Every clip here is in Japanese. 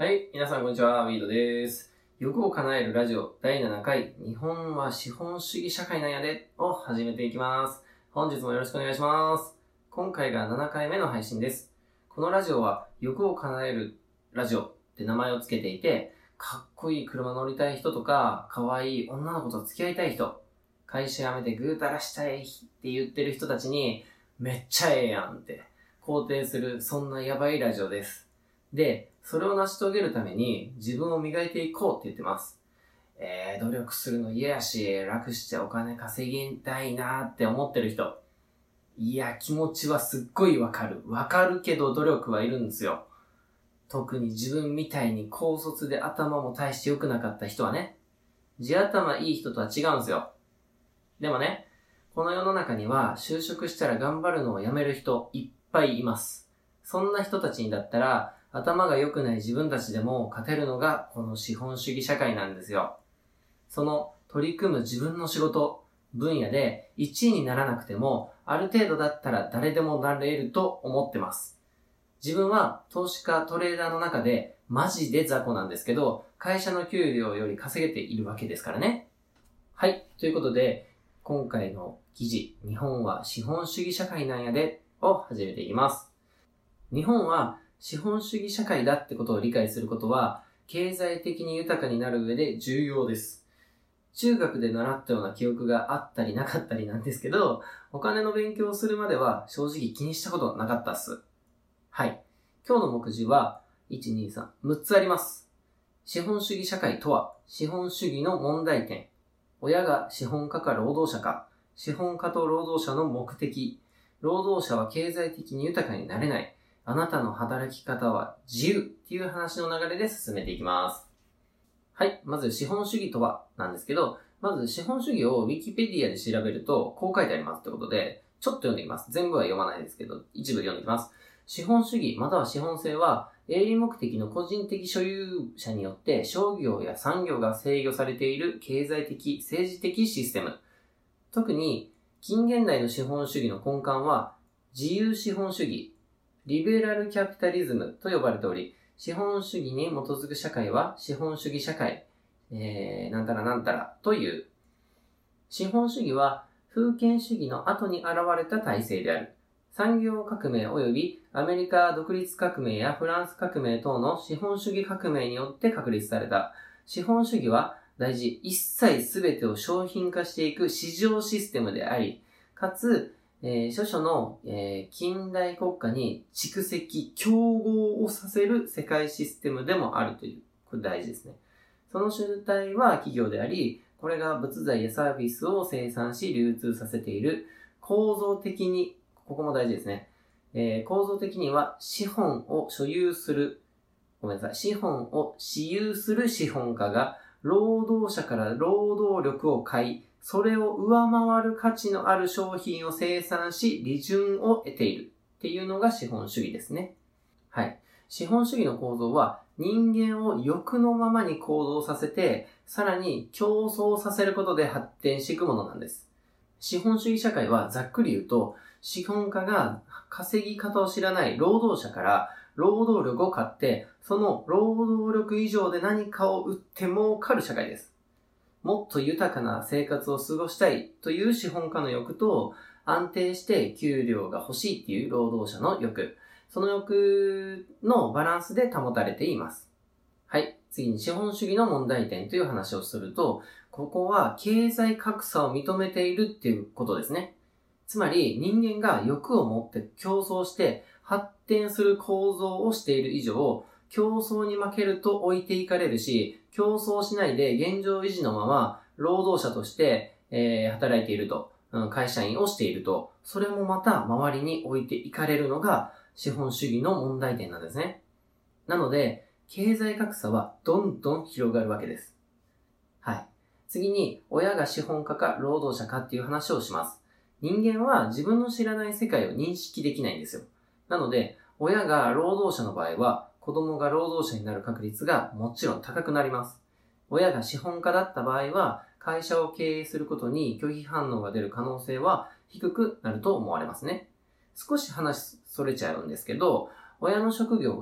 はい、皆さんこんにちは、ウィードです。欲を叶えるラジオ第7回、日本は資本主義社会なんやでを始めていきます。本日もよろしくお願いします。今回が7回目の配信です。このラジオは欲を叶えるラジオって名前をつけていて、かっこいい車乗りたい人とか、可愛い女の子と付き合いたい人、会社辞めてぐうたらしたいって言ってる人たちに、めっちゃええやんって肯定する、そんなやばいラジオです。で、それを成し遂げるために自分を磨いていこうって言ってます。努力するの嫌やし、楽してお金稼ぎたいなって思ってる人。いや、気持ちはすっごいわかる。わかるけど努力はいるんですよ。特に自分みたいに高卒で頭も大して良くなかった人はね、地頭いい人とは違うんですよ。でもね、この世の中には就職したら頑張るのをやめる人いっぱいいます。そんな人たちにだったら、頭が良くない自分たちでも勝てるのがこの資本主義社会なんですよ。その取り組む自分の仕事、分野で1位にならなくても、ある程度だったら誰でもなれると思ってます。自分は投資家、トレーダーの中でマジで雑魚なんですけど、会社の給料より稼げているわけですからね。はい。ということで、今回の記事、日本は資本主義社会なんやでを始めていきます。日本は資本主義社会だってことを理解することは、経済的に豊かになる上で重要です。中学で習ったような記憶があったりなかったりなんですけど、お金の勉強をするまでは正直気にしたことなかったっす。はい。今日の目次は、1、2、3、6つあります。資本主義社会とは、資本主義の問題点。親が資本家か労働者か、資本家と労働者の目的。労働者は経済的に豊かになれない。あなたの働き方は自由っていう話の流れで進めていきます。はい。まず資本主義とはなんですけど、まず資本主義を Wikipedia で調べるとこう書いてありますってことで、ちょっと読んでいきます。全部は読まないですけど、一部読んでいきます。資本主義または資本制は営利目的の個人的所有者によって商業や産業が制御されている経済的、政治的システム。特に近現代の資本主義の根幹は自由資本主義、リベラルキャピタリズムと呼ばれており、資本主義に基づく社会は資本主義社会、なんたらなんたらという。資本主義は封建主義の後に現れた体制である。産業革命及びアメリカ独立革命やフランス革命等の資本主義革命によって確立された。資本主義は大事、一切すべてを商品化していく市場システムであり、かつ、諸々の、近代国家に蓄積、競合をさせる世界システムでもあるという。これ大事ですね。その主体は企業であり、これが物材やサービスを生産し流通させている。構造的に、ここも大事ですね。構造的には資本を所有する、資本を私有する資本家が労働者から労働力を買い、それを上回る価値のある商品を生産し、利潤を得ているっていうのが資本主義ですね。はい。資本主義の構造は人間を欲のままに行動させて、さらに競争させることで発展していくものなんです。資本主義社会はざっくり言うと、資本家が稼ぎ方を知らない労働者から労働力を買って、その労働力以上で何かを売って儲かる社会です。もっと豊かな生活を過ごしたいという資本家の欲と、安定して給料が欲しいっていう労働者の欲。その欲のバランスで保たれています。はい。次に資本主義の問題点という話をすると、ここは経済格差を認めているっていうことですね。つまり人間が欲を持って競争して発展する構造をしている以上、競争に負けると置いていかれるし、競争しないで現状維持のまま労働者として、働いていると、会社員をしていると、それもまた周りに置いていかれるのが資本主義の問題点なんですね。なので、経済格差はどんどん広がるわけです。はい。次に、親が資本家か労働者かっていう話をします。人間は自分の知らない世界を認識できないんですよ。なので、親が労働者の場合は、子供が労働者になる確率がもちろん高くなります。親が資本家だった場合は、会社を経営することに拒否反応が出る可能性は低くなると思われますね。少し話それちゃうんですけど、親の職業が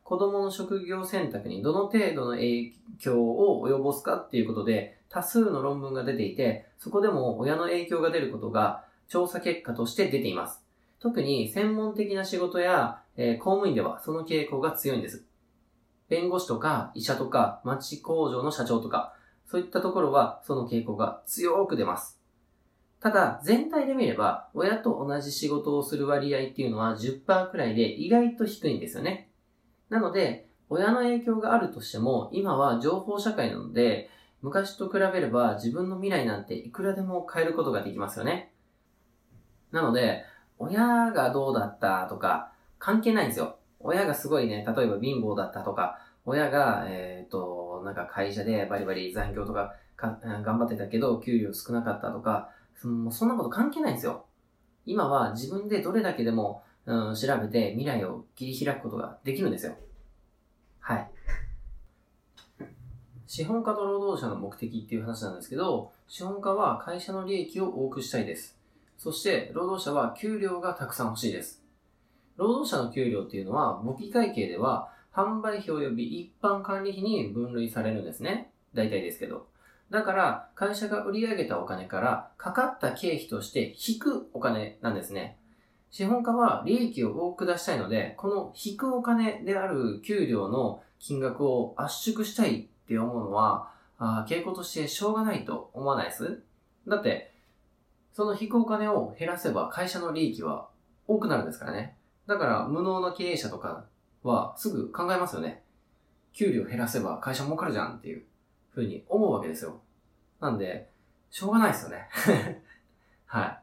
子供の職業選択にどの程度の影響を及ぼすかっていうことで多数の論文が出ていて、そこでも親の影響が出ることが調査結果として出ています。特に専門的な仕事や、公務員ではその傾向が強いんです。弁護士とか医者とか町工場の社長とか、そういったところはその傾向が強く出ます。ただ、全体で見れば、親と同じ仕事をする割合っていうのは 10% くらいで意外と低いんですよね。なので、親の影響があるとしても、今は情報社会なので、昔と比べれば自分の未来なんていくらでも変えることができますよね。なので、親がどうだったとか関係ないんですよ。親がすごいね、例えば貧乏だったとか、親が、なんか会社でバリバリ残業とか頑張ってたけど、給料少なかったとか、そんなこと関係ないんですよ。今は自分でどれだけでも、調べて未来を切り開くことができるんですよ。はい。資本家と労働者の目的っていう話なんですけど、資本家は会社の利益を多くしたいです。そして労働者は給料がたくさん欲しいです。労働者の給料っていうのは簿記会計では販売費及び一般管理費に分類されるんですね。大体ですけど。だから会社が売り上げたお金からかかった経費として引くお金なんですね。資本家は利益を多く出したいので、この引くお金である給料の金額を圧縮したいって思うのは、傾向としてしょうがないと思わないです？だって、その引くお金を減らせば会社の利益は多くなるんですからね。だから無能な経営者とかはすぐ考えますよね。給料減らせば会社儲かるじゃんっていう風に思うわけですよ。なんで、しょうがないですよね。はい。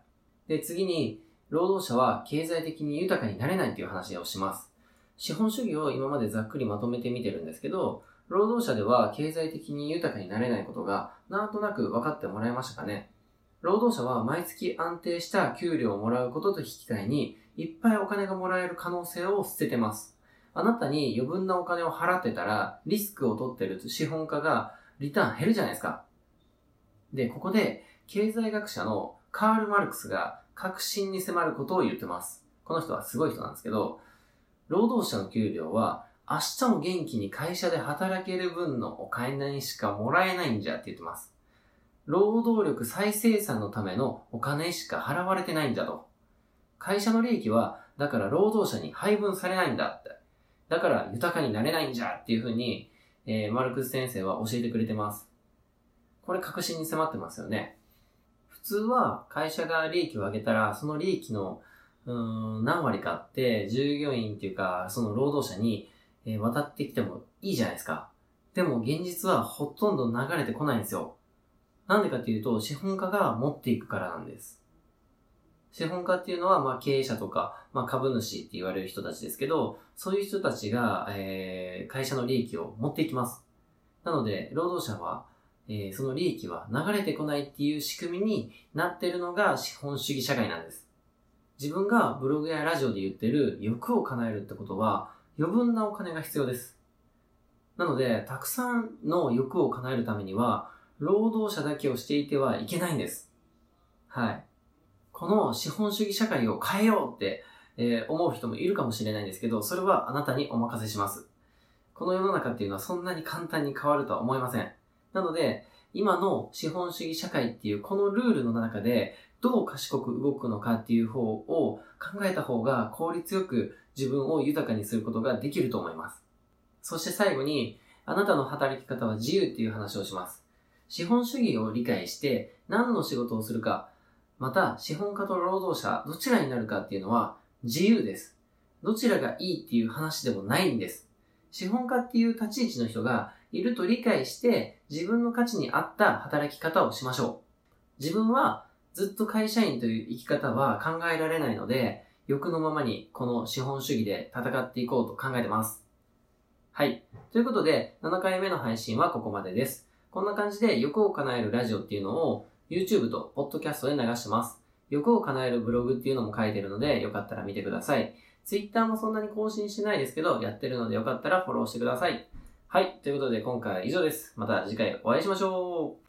で、次に、労働者は経済的に豊かになれないっていう話をします。資本主義を今までざっくりまとめてみてるんですけど、労働者では経済的に豊かになれないことがなんとなく分かってもらえましたかね。労働者は毎月安定した給料をもらうことと引き換えに、いっぱいお金がもらえる可能性を捨ててます。あなたに余分なお金を払ってたら、リスクを取ってる資本家がリターン減るじゃないですか。で、ここで経済学者のカール・マルクスが革新に迫ることを言ってます。この人はすごい人なんですけど、労働者の給料は明日も元気に会社で働ける分のお金にしかもらえないんじゃって言ってます。労働力再生産のためのお金しか払われてないんだと。会社の利益は、だから労働者に配分されないんだって。だから豊かになれないんじゃっていうふうに、マルクス先生は教えてくれてます。これ確信に迫ってますよね。普通は会社が利益を上げたら、その利益の何割かって従業員っていうか、その労働者に渡ってきてもいいじゃないですか。でも現実はほとんど流れてこないんですよ。なんでかっていうと、資本家が持っていくからなんです。資本家っていうのは、経営者とか、株主って言われる人たちですけど、そういう人たちが、会社の利益を持っていきます。なので、労働者は、その利益は流れてこないっていう仕組みになっているのが資本主義社会なんです。自分がブログやラジオで言ってる欲を叶えるってことは、余分なお金が必要です。なので、たくさんの欲を叶えるためには、労働者だけをしていてはいけないんです。はい。この資本主義社会を変えようって、思う人もいるかもしれないんですけど、それはあなたにお任せします。この世の中っていうのはそんなに簡単に変わるとは思いません。なので、今の資本主義社会っていうこのルールの中で、どう賢く動くのかっていう方を考えた方が効率よく自分を豊かにすることができると思います。そして最後に、あなたの働き方は自由っていう話をします。資本主義を理解して何の仕事をするか、また資本家と労働者どちらになるかっていうのは自由です。どちらがいいっていう話でもないんです。資本家っていう立ち位置の人がいると理解して自分の価値に合った働き方をしましょう。自分はずっと会社員という生き方は考えられないので、欲のままにこの資本主義で戦っていこうと考えてます。はい。ということで、7回目の配信はここまでです。こんな感じで欲を叶えるラジオっていうのを YouTube と Podcast で流してます。欲を叶えるブログっていうのも書いてるので、よかったら見てください。Twitter もそんなに更新してないですけど、やってるのでよかったらフォローしてください。はい。ということで今回は以上です。また次回お会いしましょう。